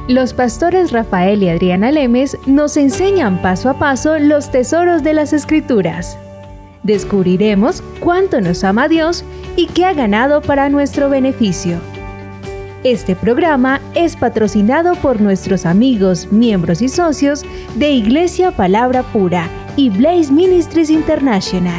Los pastores Rafael y Adriana Lemes nos enseñan paso a paso los tesoros de las Escrituras. Descubriremos cuánto nos ama Dios y qué ha ganado para nuestro beneficio. Este programa es patrocinado por nuestros amigos, miembros y socios de Iglesia Palabra Pura y Blaze Ministries International.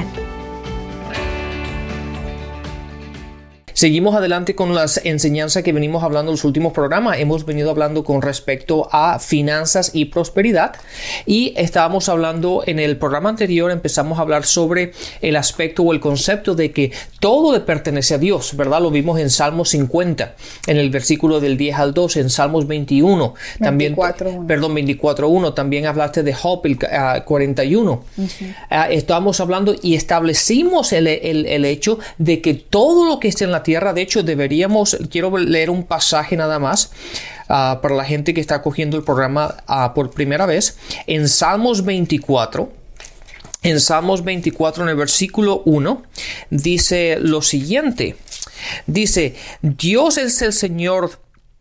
Seguimos adelante con las enseñanzas que venimos hablando en los últimos programas. Hemos venido hablando con respecto a finanzas y prosperidad. Y estábamos hablando en el programa anterior, empezamos a hablar sobre el aspecto o el concepto de que todo le pertenece a Dios, ¿verdad? Lo vimos en Salmos 50, en el versículo del 10 al 12, en Salmos 21. 24.1. También hablaste de Job, 41. Estábamos hablando y establecimos el hecho de que todo lo que esté en la tierra, de hecho quiero leer un pasaje nada más para la gente que está cogiendo el programa por primera vez, en Salmos 24. En Salmos 24, en el versículo 1, dice lo siguiente. Dice, Dios es el Señor,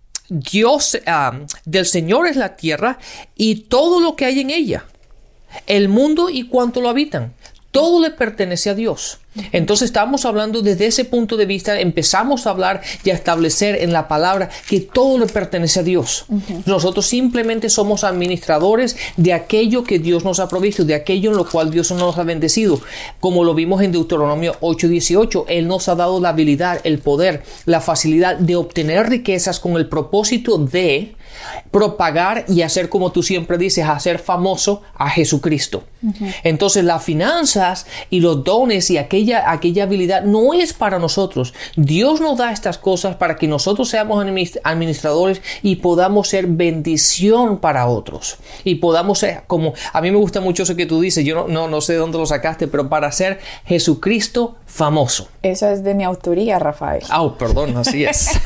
del Señor es la tierra y todo lo que hay en ella, el mundo y cuanto lo habitan. Todo le pertenece a Dios. Entonces estamos hablando desde ese punto de vista, empezamos a hablar y a establecer en la palabra que todo le pertenece a Dios. Nosotros simplemente somos administradores de aquello que Dios nos ha provisto, de aquello en lo cual Dios nos ha bendecido. Como lo vimos en Deuteronomio 8:18, Él nos ha dado la habilidad, el poder, la facilidad de obtener riquezas con el propósito de propagar y hacer, como tú siempre dices, hacer famoso a Jesucristo. Entonces las finanzas y los dones y aquella habilidad no es para nosotros. Dios nos da estas cosas para que nosotros seamos administradores y podamos ser bendición para otros. Y podamos ser, como a mí me gusta mucho eso que tú dices, yo no sé de dónde lo sacaste, pero para hacer Jesucristo famoso. Esa es de mi autoría, Rafael. Perdón, así es.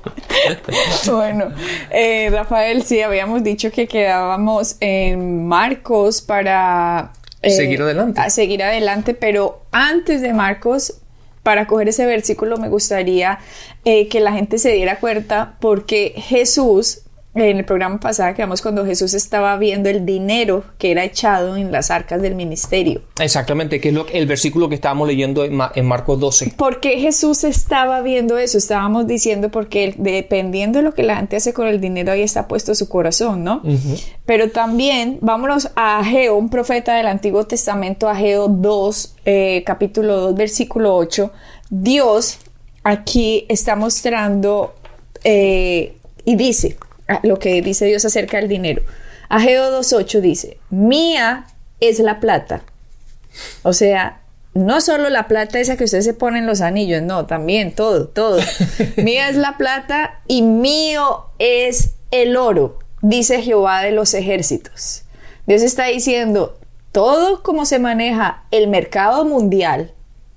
Bueno, Rafael, sí, habíamos dicho que quedábamos en Marcos para seguir adelante, pero antes de Marcos, para coger ese versículo, me gustaría que la gente se diera cuenta porque Jesús, en el programa pasado quedamos cuando Jesús estaba viendo el dinero que era echado en las arcas del ministerio. Exactamente, que es el versículo que estábamos leyendo en Marcos 12. ¿Por qué Jesús estaba viendo eso? Estábamos diciendo porque dependiendo de lo que la gente hace con el dinero, ahí está puesto su corazón, ¿no? Pero también, vámonos a Ageo, un profeta del Antiguo Testamento, Ageo 2, capítulo 2, versículo 8. Dios aquí está mostrando y dice lo que dice Dios acerca del dinero. Ageo 2:8 dice, mía es la plata. O sea, no solo la plata esa que ustedes se ponen en los anillos, no, también todo. Mía es la plata y mío es el oro, dice Jehová de los ejércitos. Dios está diciendo, todo como se maneja el mercado mundial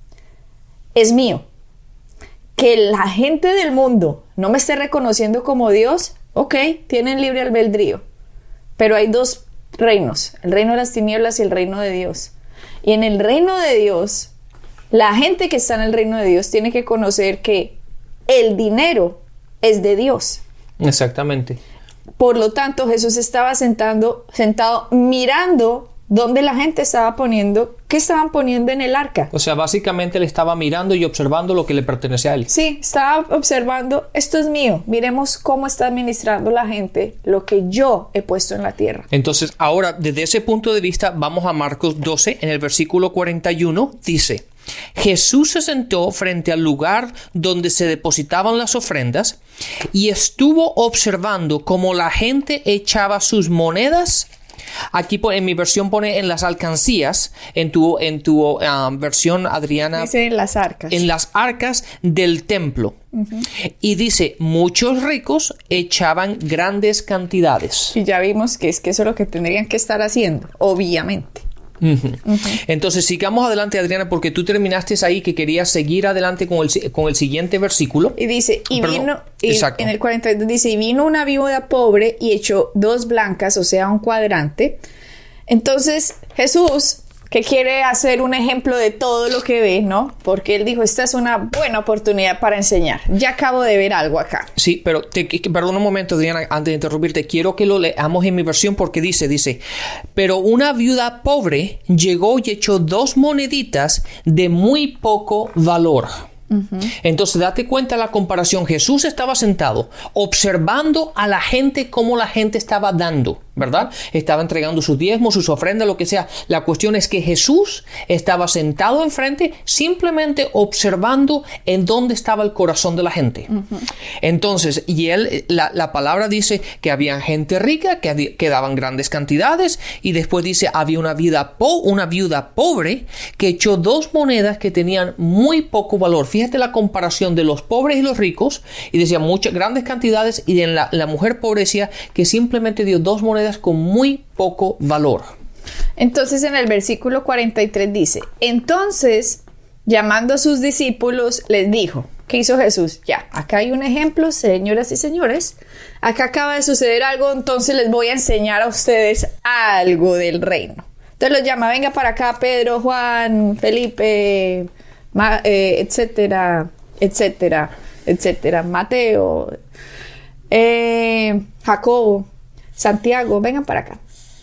es mío. Que la gente del mundo no me esté reconociendo como Dios, ok, tienen libre albedrío, pero hay dos reinos, el reino de las tinieblas y el reino de Dios. Y en el reino de Dios, la gente que está en el reino de Dios tiene que conocer que el dinero es de Dios. Exactamente. Por lo tanto, Jesús estaba sentado mirando dónde la gente estaba poniendo, qué estaban poniendo en el arca. O sea, básicamente él estaba mirando y observando lo que le pertenece a él. Sí, estaba observando, esto es mío, miremos cómo está administrando la gente lo que yo he puesto en la tierra. Entonces, ahora, desde ese punto de vista, vamos a Marcos 12, en el versículo 41, dice, Jesús se sentó frente al lugar donde se depositaban las ofrendas y estuvo observando cómo la gente echaba sus monedas. Aquí en mi versión pone en las alcancías, en tu versión, Adriana, dice en las arcas. En las arcas del templo. Y dice, muchos ricos echaban grandes cantidades. Y ya vimos que eso es lo que tendrían que estar haciendo, obviamente. Entonces sigamos adelante, Adriana, porque tú terminaste ahí que querías seguir adelante con el siguiente versículo. Y dice, en el 42 dice, y vino una viuda pobre y echó 2 blancas, o sea, un cuadrante. Entonces Jesús que quiere hacer un ejemplo de todo lo que ve, ¿no? Porque él dijo, esta es una buena oportunidad para enseñar. Ya acabo de ver algo acá. Sí, pero perdón un momento, Adriana, antes de interrumpirte, quiero que lo leamos en mi versión porque dice, pero una viuda pobre llegó y echó 2 moneditas de muy poco valor. Entonces date cuenta de la comparación. Jesús estaba sentado observando a la gente, cómo la gente estaba dando, ¿verdad? Estaba entregando sus diezmos, sus ofrendas, lo que sea. La cuestión es que Jesús estaba sentado enfrente, simplemente observando en dónde estaba el corazón de la gente. Entonces, y él, la palabra dice que había gente rica que daban grandes cantidades, y después dice había una viuda pobre que echó 2 monedas que tenían muy poco valor. Fíjate la comparación de los pobres y los ricos, y decía muchas grandes cantidades, y en la mujer pobre decía que simplemente dio 2 monedas con muy poco valor. Entonces en el versículo 43 dice, entonces llamando a sus discípulos les dijo, ¿qué hizo Jesús? Ya, acá hay un ejemplo, señoras y señores, acá acaba de suceder algo, entonces les voy a enseñar a ustedes algo del reino. Entonces los llama, venga para acá, Pedro, Juan, Felipe, etcétera, etcétera, etcétera, Mateo, Jacobo, Santiago, vengan para acá.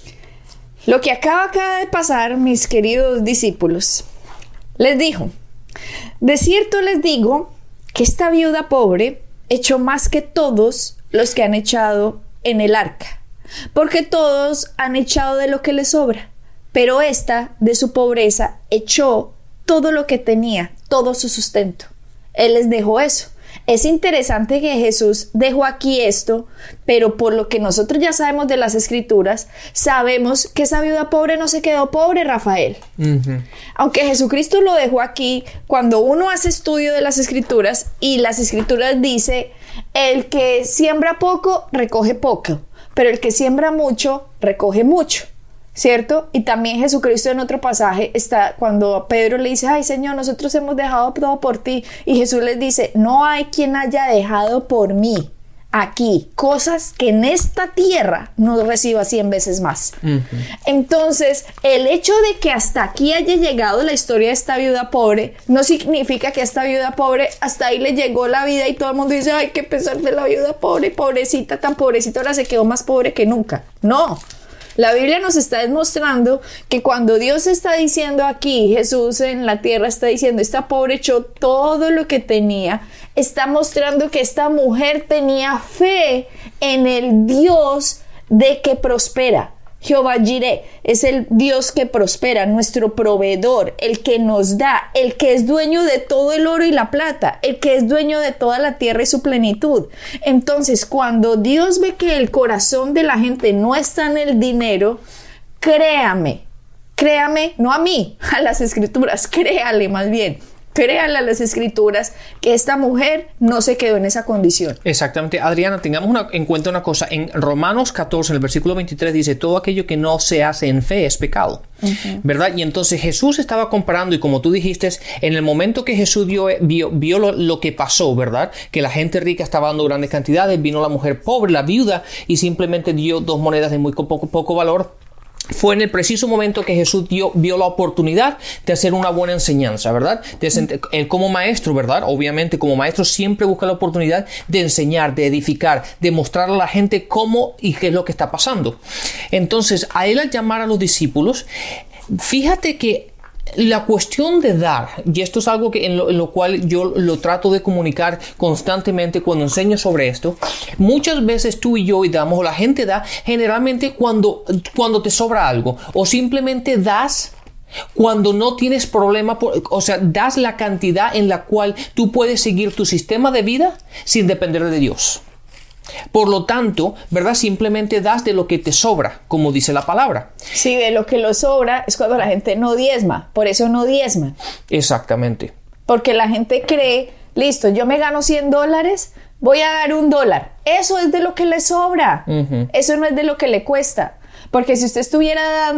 Lo que acaba de pasar, mis queridos discípulos, les dijo, de cierto les digo que esta viuda pobre echó más que todos los que han echado en el arca, porque todos han echado de lo que les sobra, pero esta de su pobreza echó todo lo que tenía, todo su sustento. Él les dejó eso. Es interesante que Jesús dejó aquí esto, pero por lo que nosotros ya sabemos de las Escrituras, sabemos que esa viuda pobre no se quedó pobre, Rafael. Aunque Jesucristo lo dejó aquí, cuando uno hace estudio de las Escrituras, y las Escrituras dice, el que siembra poco, recoge poco, pero el que siembra mucho, recoge mucho. ¿Cierto? Y también Jesucristo en otro pasaje está cuando Pedro le dice, ay Señor, nosotros hemos dejado todo por ti, y Jesús les dice, no hay quien haya dejado por mí aquí cosas que en esta tierra no reciba 100 veces más. Entonces, el hecho de que hasta aquí haya llegado la historia de esta viuda pobre no significa que a esta viuda pobre hasta ahí le llegó la vida y todo el mundo dice, ay, qué pesar de la viuda pobre, pobrecita, tan pobrecita, ahora se quedó más pobre que nunca. No. La Biblia nos está demostrando que cuando Dios está diciendo aquí, Jesús en la tierra está diciendo, esta pobre echó todo lo que tenía, está mostrando que esta mujer tenía fe en el Dios de que prospera. Jehová Jireh es el Dios que prospera, nuestro proveedor, el que nos da, el que es dueño de todo el oro y la plata, el que es dueño de toda la tierra y su plenitud. Entonces, cuando Dios ve que el corazón de la gente no está en el dinero, créame, no a mí, a las Escrituras, créale más bien. Créale a las Escrituras que esta mujer no se quedó en esa condición. Exactamente. Adriana, tengamos en cuenta una cosa. En Romanos 14, en el versículo 23, dice, todo aquello que no se hace en fe es pecado. ¿Verdad? Y entonces Jesús estaba comparando, y como tú dijiste, en el momento que Jesús vio lo que pasó, ¿verdad? Que la gente rica estaba dando grandes cantidades, vino la mujer pobre, la viuda, y simplemente dio 2 monedas de muy poco valor. Fue en el preciso momento que Jesús vio la oportunidad de hacer una buena enseñanza, ¿verdad? Él como maestro, ¿verdad? Obviamente como maestro siempre busca la oportunidad de enseñar, de edificar, de mostrar a la gente cómo y qué es lo que está pasando. Entonces, a él al llamar a los discípulos, fíjate que la cuestión de dar, y esto es algo que en lo cual yo lo trato de comunicar constantemente cuando enseño sobre esto, muchas veces tú y yo damos, o la gente da generalmente cuando te sobra algo, o simplemente das cuando no tienes problema, o sea, das la cantidad en la cual tú puedes seguir tu sistema de vida sin depender de Dios. Por lo tanto, ¿verdad? Simplemente das de lo que te sobra, como dice la palabra. Sí, de lo que lo sobra es cuando la gente no diezma. Por eso no diezman. Exactamente. Porque la gente cree, listo, yo me gano $100, voy a dar $1. Eso es de lo que le sobra. Eso no es de lo que le cuesta. Porque si usted estuviera dando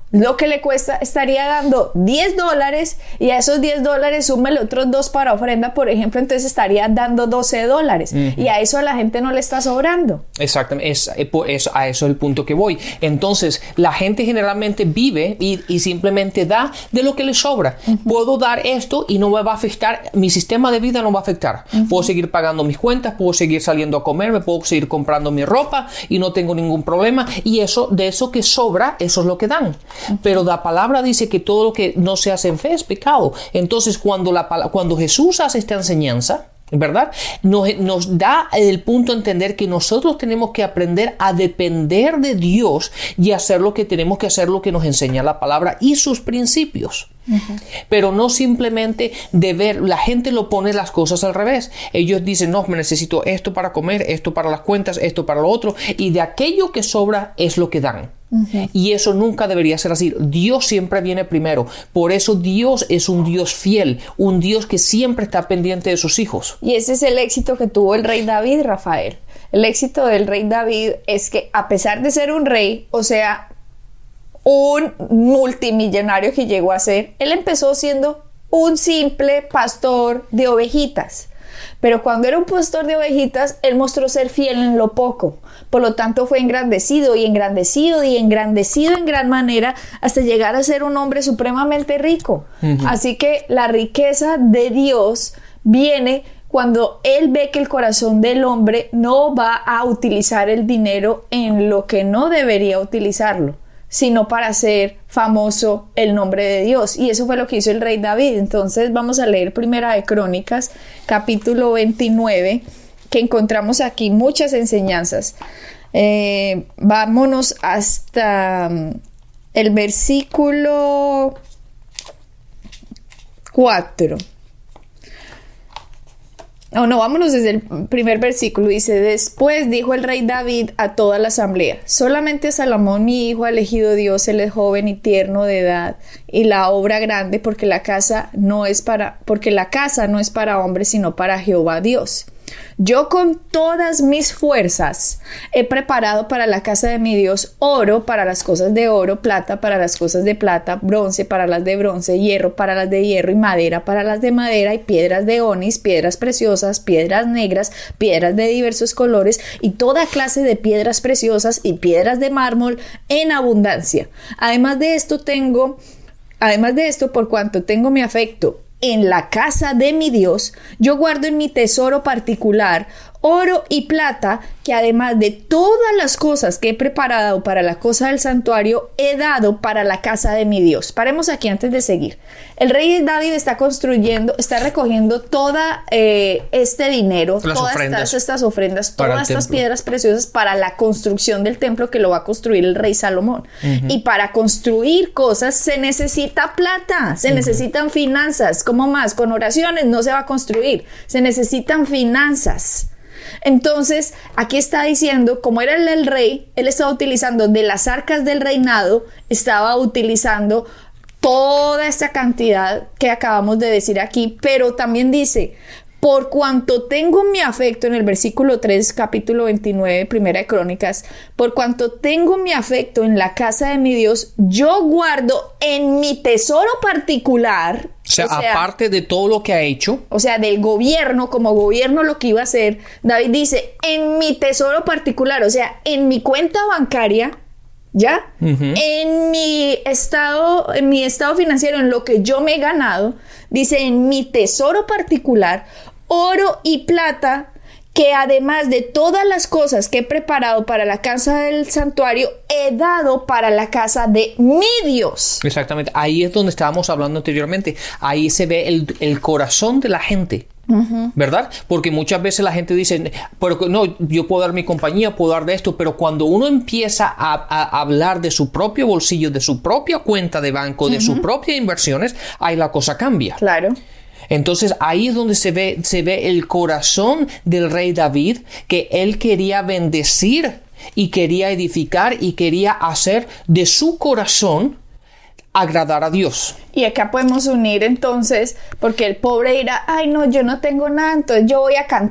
lo que le cuesta, estaría dando $10 y a esos $10 súmele otros 2 para ofrenda, por ejemplo, entonces estaría dando $12 y a eso a la gente no le está sobrando. Exactamente, a eso es el punto que voy. Entonces, la gente generalmente vive y simplemente da de lo que le sobra. Puedo dar esto y no me va a afectar, mi sistema de vida no va a afectar. Puedo seguir pagando mis cuentas, puedo seguir saliendo a comer, me puedo seguir comprando mi ropa y no tengo ningún problema. Y eso, de eso que sobra, eso es lo que dan. Pero la palabra dice que todo lo que no se hace en fe es pecado. Entonces, cuando Jesús hace esta enseñanza, ¿verdad? Nos da el punto a entender que nosotros tenemos que aprender a depender de Dios y hacer lo que tenemos que hacer, lo que nos enseña la palabra y sus principios. Pero no simplemente deber. La gente lo pone las cosas al revés. Ellos dicen, no, me necesito esto para comer, esto para las cuentas, esto para lo otro, y de aquello que sobra es lo que dan. Y eso nunca debería ser así. Dios siempre viene primero. Por eso Dios es un Dios fiel, un Dios que siempre está pendiente de sus hijos. Y ese es el éxito que tuvo el rey David, Rafael. El éxito del rey David es que, a pesar de ser un rey, o sea, un multimillonario que llegó a ser, él empezó siendo un simple pastor de ovejitas. Pero cuando era un pastor de ovejitas, él mostró ser fiel en lo poco. Por lo tanto, fue engrandecido y engrandecido y engrandecido en gran manera hasta llegar a ser un hombre supremamente rico. Así que la riqueza de Dios viene cuando Él ve que el corazón del hombre no va a utilizar el dinero en lo que no debería utilizarlo, sino para hacer famoso el nombre de Dios. Y eso fue lo que hizo el rey David. Entonces vamos a leer Primera de Crónicas, capítulo 29, que encontramos aquí muchas enseñanzas. Vámonos hasta el versículo 4. Vámonos desde el primer versículo. Dice: después dijo el rey David a toda la asamblea: solamente a Salomón mi hijo ha elegido Dios, él es joven y tierno de edad, y la obra grande, porque la casa no es para hombres, sino para Jehová Dios. Yo con todas mis fuerzas he preparado para la casa de mi Dios oro para las cosas de oro, plata para las cosas de plata, bronce para las de bronce, hierro para las de hierro y madera para las de madera, y piedras de onis, piedras preciosas, piedras negras, piedras de diversos colores y toda clase de piedras preciosas y piedras de mármol en abundancia. Además de esto, por cuanto tengo mi afecto en la casa de mi Dios, yo guardo en mi tesoro particular oro y plata, que además de todas las cosas que he preparado para la cosa del santuario, he dado para la casa de mi Dios. Paremos aquí antes de seguir. El rey David está recogiendo toda este dinero, todas estas ofrendas, todas estas piedras preciosas para la construcción del templo que lo va a construir el rey Salomón. Y para construir cosas se necesita plata, se necesitan finanzas. ¿Cómo más? Con oraciones no se va a construir, se necesitan finanzas. Entonces, aquí está diciendo, como era el rey, él estaba utilizando de las arcas del reinado, estaba utilizando toda esta cantidad que acabamos de decir aquí, pero también dice: por cuanto tengo mi afecto, en el versículo 3, capítulo 29, Primera de Crónicas, por cuanto tengo mi afecto en la casa de mi Dios, yo guardo en mi tesoro particular. O sea, aparte de todo lo que ha hecho. O sea, del gobierno, como gobierno lo que iba a hacer. David dice, en mi tesoro particular, o sea, en mi cuenta bancaria, ¿ya? En mi estado financiero, en lo que yo me he ganado, dice, en mi tesoro particular, oro y plata, que además de todas las cosas que he preparado para la casa del santuario, he dado para la casa de mi Dios. Exactamente, ahí es donde estábamos hablando anteriormente. Ahí se ve el corazón de la gente. ¿Verdad? Porque muchas veces la gente dice, pero no, yo puedo dar mi compañía, puedo dar de esto, pero cuando uno empieza a hablar de su propio bolsillo, de su propia cuenta de banco, de sus propias inversiones, ahí la cosa cambia. Claro. Entonces ahí es donde se ve el corazón del rey David, que él quería bendecir y quería edificar y quería hacer de su corazón agradar a Dios. Y acá podemos unir entonces, porque el pobre dirá, ay no, yo no tengo nada, entonces yo voy a cantar.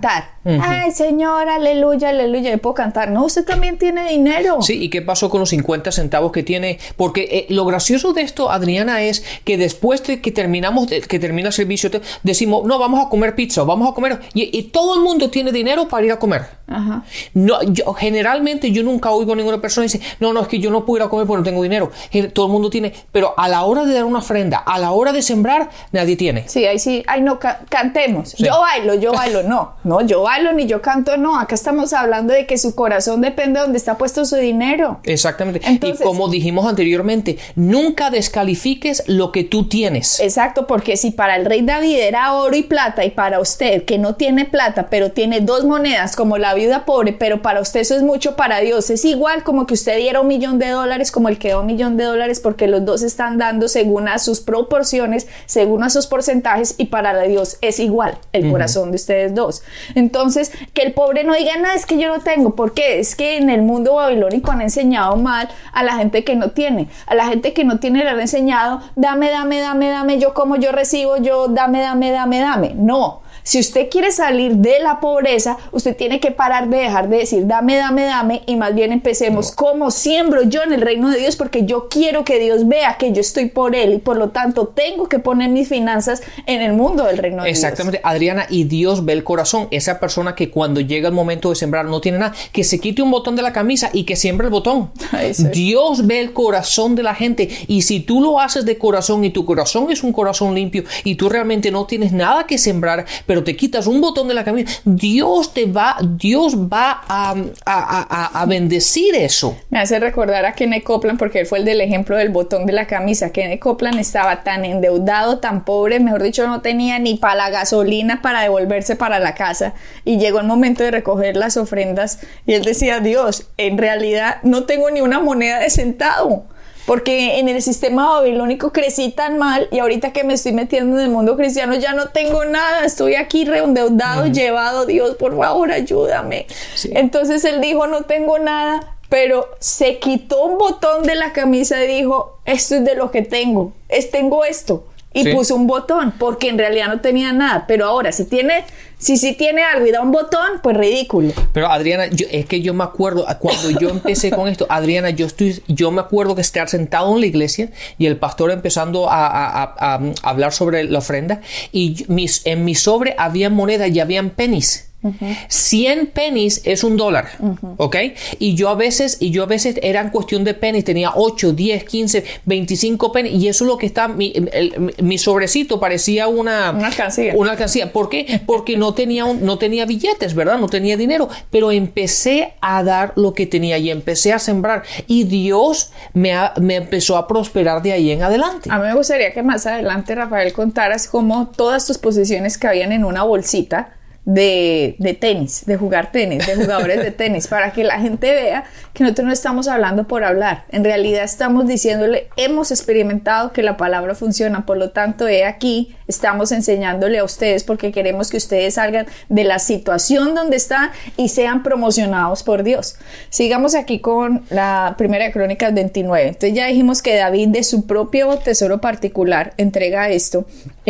Ay, Señor, aleluya, aleluya, yo puedo cantar. No, usted también tiene dinero. Sí, ¿y qué pasó con los 50 centavos que tiene? Porque lo gracioso de esto, Adriana, es que después de que termina el servicio, decimos, no, vamos a comer pizza, vamos a comer, y todo el mundo tiene dinero para ir a comer. Ajá. No, generalmente yo nunca oigo a ninguna persona que dice, no, es que yo no puedo ir a comer porque no tengo dinero. Todo el mundo tiene, pero a la hora de dar una ofrenda, a la hora de sembrar, nadie tiene. Sí, ahí sí, ay no, cantemos. Sí. Yo bailo, no, yo bailo ni yo canto, no. Acá estamos hablando de que su corazón depende de donde está puesto su dinero. Exactamente. Entonces, y como dijimos anteriormente, nunca descalifiques lo que tú tienes. Exacto, porque si para el rey David era oro y plata, y para usted que no tiene plata, pero tiene 2 monedas como la viuda pobre, pero para usted eso es mucho, para Dios es igual como que usted diera $1 millón, como el que da $1 millón, porque los dos están dando según a sus proporciones, según a sus porcentajes, y para Dios es igual el corazón de ustedes dos. Entonces, que el pobre no diga nada, es que yo no tengo, porque es que en el mundo babilónico han enseñado mal a la gente que no tiene. A la gente que no tiene le han enseñado, dame, yo como, yo recibo, yo dame. No. Si usted quiere salir de la pobreza, usted tiene que parar de dejar de decir dame, y más bien empecemos como siembro yo en el reino de Dios, porque yo quiero que Dios vea que yo estoy por Él y por lo tanto tengo que poner mis finanzas en el mundo del reino de Dios. Exactamente, Adriana, y Dios ve el corazón. Esa persona que cuando llega el momento de sembrar no tiene nada, que se quite un botón de la camisa y que siembre el botón. Sí. Dios ve el corazón de la gente, y si tú lo haces de corazón y tu corazón es un corazón limpio y tú realmente no tienes nada que sembrar, pero te quitas un botón de la camisa, Dios va a bendecir eso. Me hace recordar a Kenneth Copeland, porque él fue el del ejemplo del botón de la camisa. Kenneth Copeland estaba tan endeudado, tan pobre, mejor dicho, no tenía ni para la gasolina para devolverse para la casa, y llegó el momento de recoger las ofrendas y él decía, Dios, en realidad no tengo ni una moneda de centavo, porque en el sistema babilónico crecí tan mal, y ahorita que me estoy metiendo en el mundo cristiano ya no tengo nada, estoy aquí reendeudado, llevado, Dios, por favor, ayúdame. Sí. Entonces él dijo, no tengo nada, pero se quitó un botón de la camisa y dijo, esto es de lo que tengo esto. Y sí, puso un botón, porque en realidad no tenía nada. Pero ahora, si tiene algo y da un botón, pues ridículo. Pero Adriana, es que yo me acuerdo, cuando yo empecé con esto, Adriana, yo me acuerdo que estar sentado en la iglesia y el pastor empezando a hablar sobre la ofrenda, y en mi sobre había monedas y habían pennies. 100 pennies es $1, ¿ok? Y yo a veces eran cuestión de pennies, tenía 8, 10, 15, 25 pennies, y eso es lo que está, mi sobrecito parecía una alcancía. ¿Por qué? Porque no tenía billetes, ¿verdad? No tenía dinero, pero empecé a dar lo que tenía y empecé a sembrar, y Dios me empezó a prosperar de ahí en adelante. A mí me gustaría que más adelante, Rafael, contaras cómo todas tus posesiones cabían en una bolsita de tenis, de jugar tenis, de jugadores de tenis, para que la gente vea que nosotros no estamos hablando por hablar. En realidad estamos diciéndole, hemos experimentado que la palabra funciona, por lo tanto, aquí estamos enseñándole a ustedes, porque queremos que ustedes salgan de la situación donde están y sean promocionados por Dios. Sigamos aquí con la primera de Crónicas 29. Entonces ya dijimos que David, de su propio tesoro particular, entrega esto.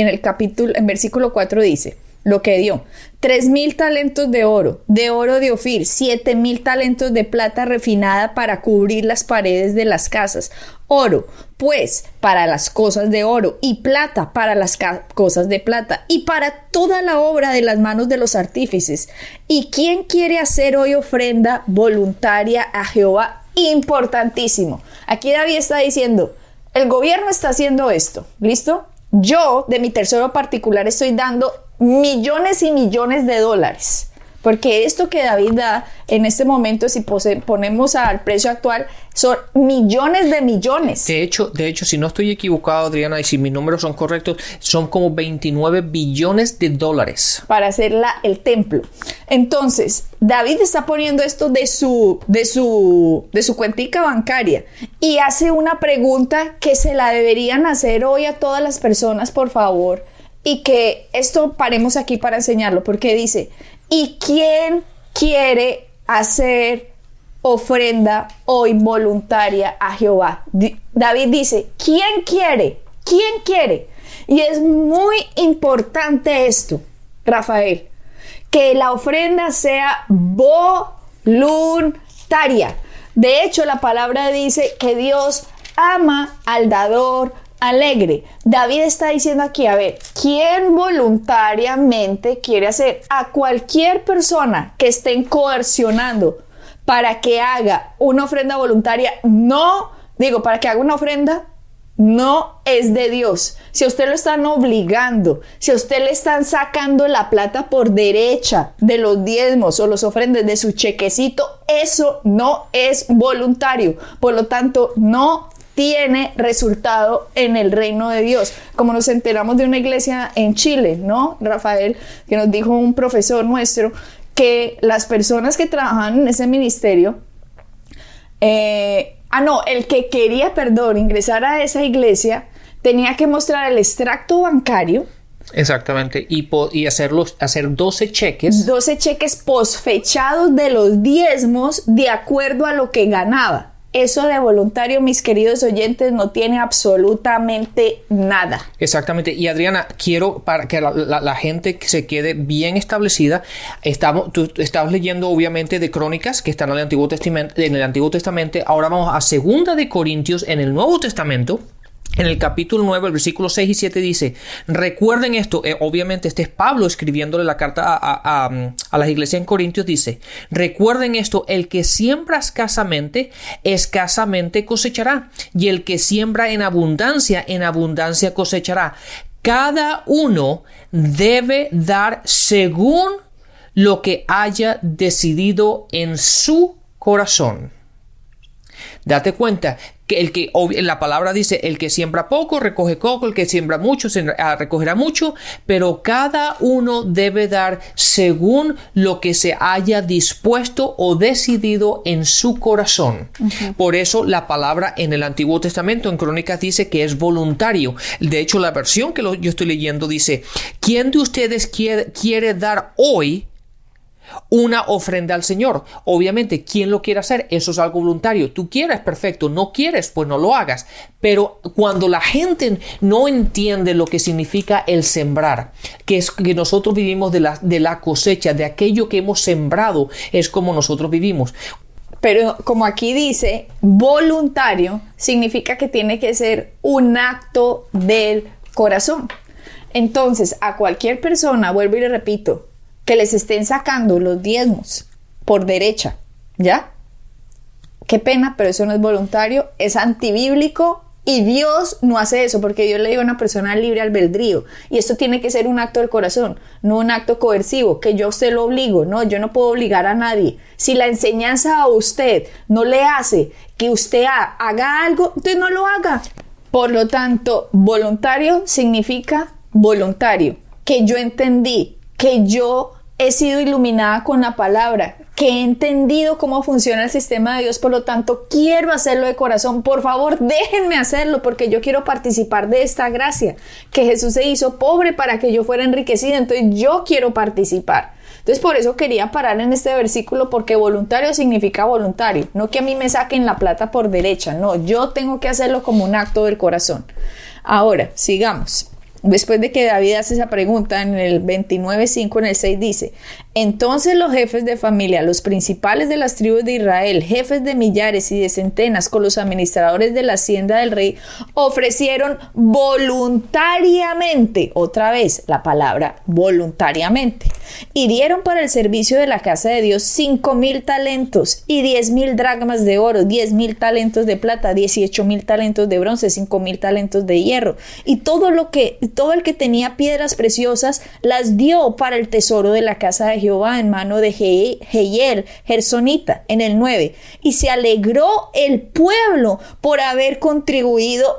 En versículo 4 dice lo que dio: 3,000 talentos de oro de Ofir, 7,000 talentos de plata refinada para cubrir las paredes de las casas, oro, pues, para las cosas de oro, y plata para las cosas de plata, y para toda la obra de las manos de los artífices. ¿Y quién quiere hacer hoy ofrenda voluntaria a Jehová? Importantísimo. Aquí David está diciendo, el gobierno está haciendo esto, ¿listo? Yo, de mi tesoro particular, estoy dando millones y millones de dólares, porque esto que David da en este momento, si ponemos al precio actual, son millones de millones. De hecho, si no estoy equivocado, Adriana, y si mis números son correctos, son como 29 billones de dólares para hacer el templo. Entonces, David está poniendo esto de su cuentica bancaria, y hace una pregunta que se la deberían hacer hoy a todas las personas, por favor. Y que esto paremos aquí para enseñarlo, porque dice, ¿y quién quiere hacer ofrenda hoy voluntaria a Jehová? David dice, ¿quién quiere? Y es muy importante esto, Rafael, que la ofrenda sea voluntaria. De hecho, la palabra dice que Dios ama al dador alegre. David está diciendo aquí, a ver, ¿quién voluntariamente quiere hacer? A cualquier persona que estén coercionando para que haga una ofrenda voluntaria, para que haga una ofrenda, no es de Dios. Si a usted lo están obligando, si a usted le están sacando la plata por derecha de los diezmos o los ofrendas de su chequecito, eso no es voluntario. Por lo tanto, no tiene resultado en el reino de Dios. Como nos enteramos de una iglesia en Chile, ¿no, Rafael? Que nos dijo un profesor nuestro que las personas que trabajan en ese ministerio, el que quería, ingresar a esa iglesia, tenía que mostrar el extracto bancario. Exactamente, y hacer 12 cheques. 12 cheques posfechados de los diezmos de acuerdo a lo que ganaba. Eso de voluntario, mis queridos oyentes, no tiene absolutamente nada. Exactamente. Y Adriana, quiero para que la gente se quede bien establecida. Tú estabas leyendo obviamente de Crónicas que están en el Antiguo Testamento. Ahora vamos a 2 de Corintios en el Nuevo Testamento. En el capítulo 9, el versículo 6 y 7 dice, recuerden esto, obviamente este es Pablo escribiéndole la carta a las iglesias en Corintios, dice, recuerden esto, el que siembra escasamente cosechará, y el que siembra en abundancia cosechará. Cada uno debe dar según lo que haya decidido en su corazón. Date cuenta que la palabra dice, el que siembra poco, recoge poco, el que siembra mucho, recogerá mucho, pero cada uno debe dar según lo que se haya dispuesto o decidido en su corazón. Uh-huh. Por eso la palabra en el Antiguo Testamento, en Crónicas, dice que es voluntario. De hecho, la versión que yo estoy leyendo dice, ¿quién de ustedes quiere dar hoy una ofrenda al Señor? Obviamente, ¿quién lo quiere hacer? Eso es algo voluntario. Tú quieres, perfecto. No quieres, pues no lo hagas. Pero cuando la gente no entiende lo que significa el sembrar, que es que nosotros vivimos de la cosecha, de aquello que hemos sembrado, es como nosotros vivimos. Pero como aquí dice, voluntario significa que tiene que ser un acto del corazón. Entonces, a cualquier persona, vuelvo y le repito, que les estén sacando los diezmos por derecha, ¿ya? Qué pena, pero eso no es voluntario, es antibíblico y Dios no hace eso, porque Dios le dio a una persona libre albedrío y esto tiene que ser un acto del corazón, no un acto coercivo, que yo a usted lo obligo, no, yo no puedo obligar a nadie. Si la enseñanza a usted no le hace que usted haga algo, entonces no lo haga. Por lo tanto, voluntario significa voluntario, que yo entendí, que yo he sido iluminada con la palabra, que he entendido cómo funciona el sistema de Dios, por lo tanto quiero hacerlo de corazón. Por favor, déjenme hacerlo porque yo quiero participar de esta gracia, que Jesús se hizo pobre para que yo fuera enriquecida, entonces yo quiero participar. Entonces por eso quería parar en este versículo, porque voluntario significa voluntario, no que a mí me saquen la plata por derecha, no, yo tengo que hacerlo como un acto del corazón. Ahora, sigamos. Después de que David hace esa pregunta, en el 29:5, en el 6 dice, entonces los jefes de familia, los principales de las tribus de Israel, jefes de millares y de centenas, con los administradores de la hacienda del rey, ofrecieron voluntariamente, otra vez la palabra voluntariamente, y dieron para el servicio de la casa de Dios 5,000 talentos y 10,000 dracmas de oro, 10,000 talentos de plata, 18,000 talentos de bronce, 5,000 talentos de hierro, y todo el que tenía piedras preciosas las dio para el tesoro de la casa de Jehová en mano de Jehiel, Gersonita, en el 9. Y se alegró el pueblo por haber contribuido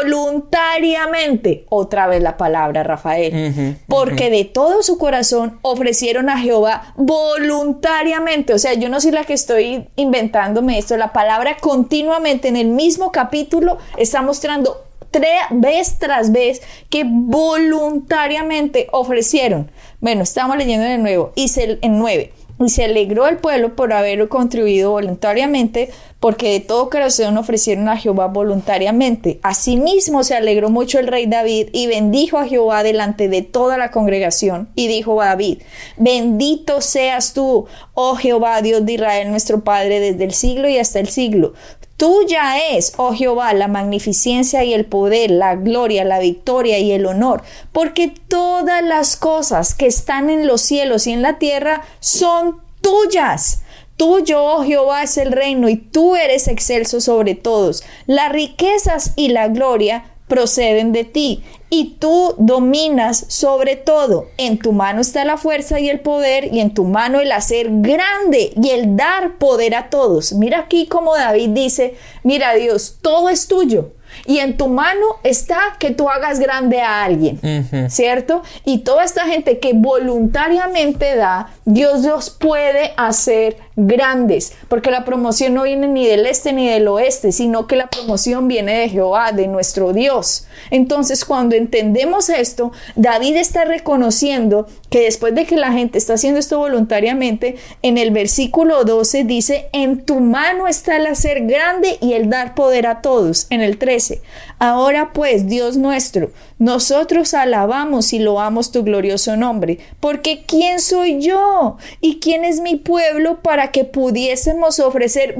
voluntariamente. Otra vez la palabra, Rafael. Porque de todo su corazón ofrecieron a Jehová voluntariamente. O sea, yo no soy la que estoy inventándome esto. La palabra continuamente en el mismo capítulo está mostrando vez tras vez que voluntariamente ofrecieron. Bueno, estamos leyendo en el 9. Y se alegró el pueblo por haber contribuido voluntariamente, porque de todo corazón ofrecieron a Jehová voluntariamente. Asimismo se alegró mucho el rey David y bendijo a Jehová delante de toda la congregación. Y dijo a David: bendito seas tú, oh Jehová, Dios de Israel, nuestro Padre, desde el siglo y hasta el siglo. Tuya es, oh Jehová, la magnificencia y el poder, la gloria, la victoria y el honor, porque todas las cosas que están en los cielos y en la tierra son tuyas. Tuyo, oh Jehová, es el reino y tú eres excelso sobre todos. Las riquezas y la gloria proceden de ti y tú dominas sobre todo. En tu mano está la fuerza y el poder, y en tu mano el hacer grande y el dar poder a todos. Mira aquí como David dice: mira, Dios, todo es tuyo y en tu mano está que tú hagas grande a alguien, ¿cierto? Y toda esta gente que voluntariamente da, Dios los puede hacer grandes, porque la promoción no viene ni del este ni del oeste, sino que la promoción viene de Jehová, de nuestro Dios. Entonces, cuando entendemos esto, David está reconociendo que después de que la gente está haciendo esto voluntariamente, en el versículo 12 dice: en tu mano está el hacer grande y el dar poder a todos. En el 13: ahora pues, Dios nuestro, nosotros alabamos y loamos tu glorioso nombre, porque ¿quién soy yo y quién es mi pueblo para que pudiésemos ofrecer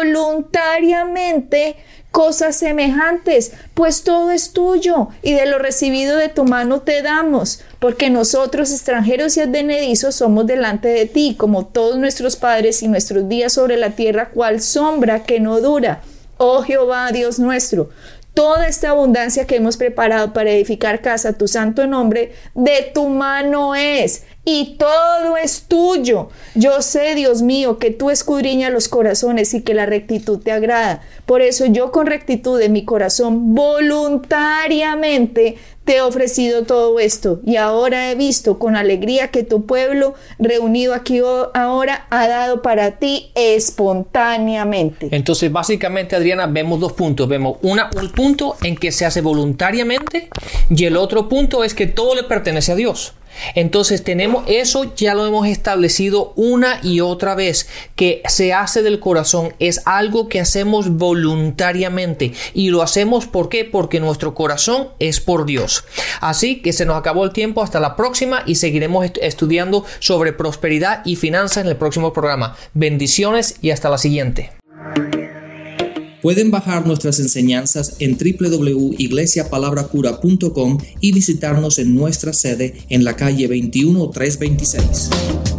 voluntariamente cosas semejantes? Pues todo es tuyo y de lo recibido de tu mano te damos, porque nosotros, extranjeros y advenedizos, somos delante de ti, como todos nuestros padres, y nuestros días sobre la tierra cual sombra que no dura. Oh Jehová, Dios nuestro, toda esta abundancia que hemos preparado para edificar casa a tu santo nombre, de tu mano es, y todo es tuyo. Yo sé, Dios mío, que tú escudriñas los corazones y que la rectitud te agrada. Por eso yo, con rectitud de mi corazón, voluntariamente te he ofrecido todo esto, y ahora he visto con alegría que tu pueblo, reunido aquí ahora, ha dado para ti espontáneamente. Entonces, básicamente, Adriana, vemos dos puntos. Vemos un punto en que se hace voluntariamente, y el otro punto es que todo le pertenece a Dios. Entonces tenemos eso, ya lo hemos establecido una y otra vez, que se hace del corazón, es algo que hacemos voluntariamente, y lo hacemos ¿por qué? Porque nuestro corazón es por Dios. Así que se nos acabó el tiempo. Hasta la próxima, y seguiremos estudiando sobre prosperidad y finanzas en el próximo programa. Bendiciones y hasta la siguiente. Pueden bajar nuestras enseñanzas en www.iglesiapalabracura.com y visitarnos en nuestra sede en la calle 21326.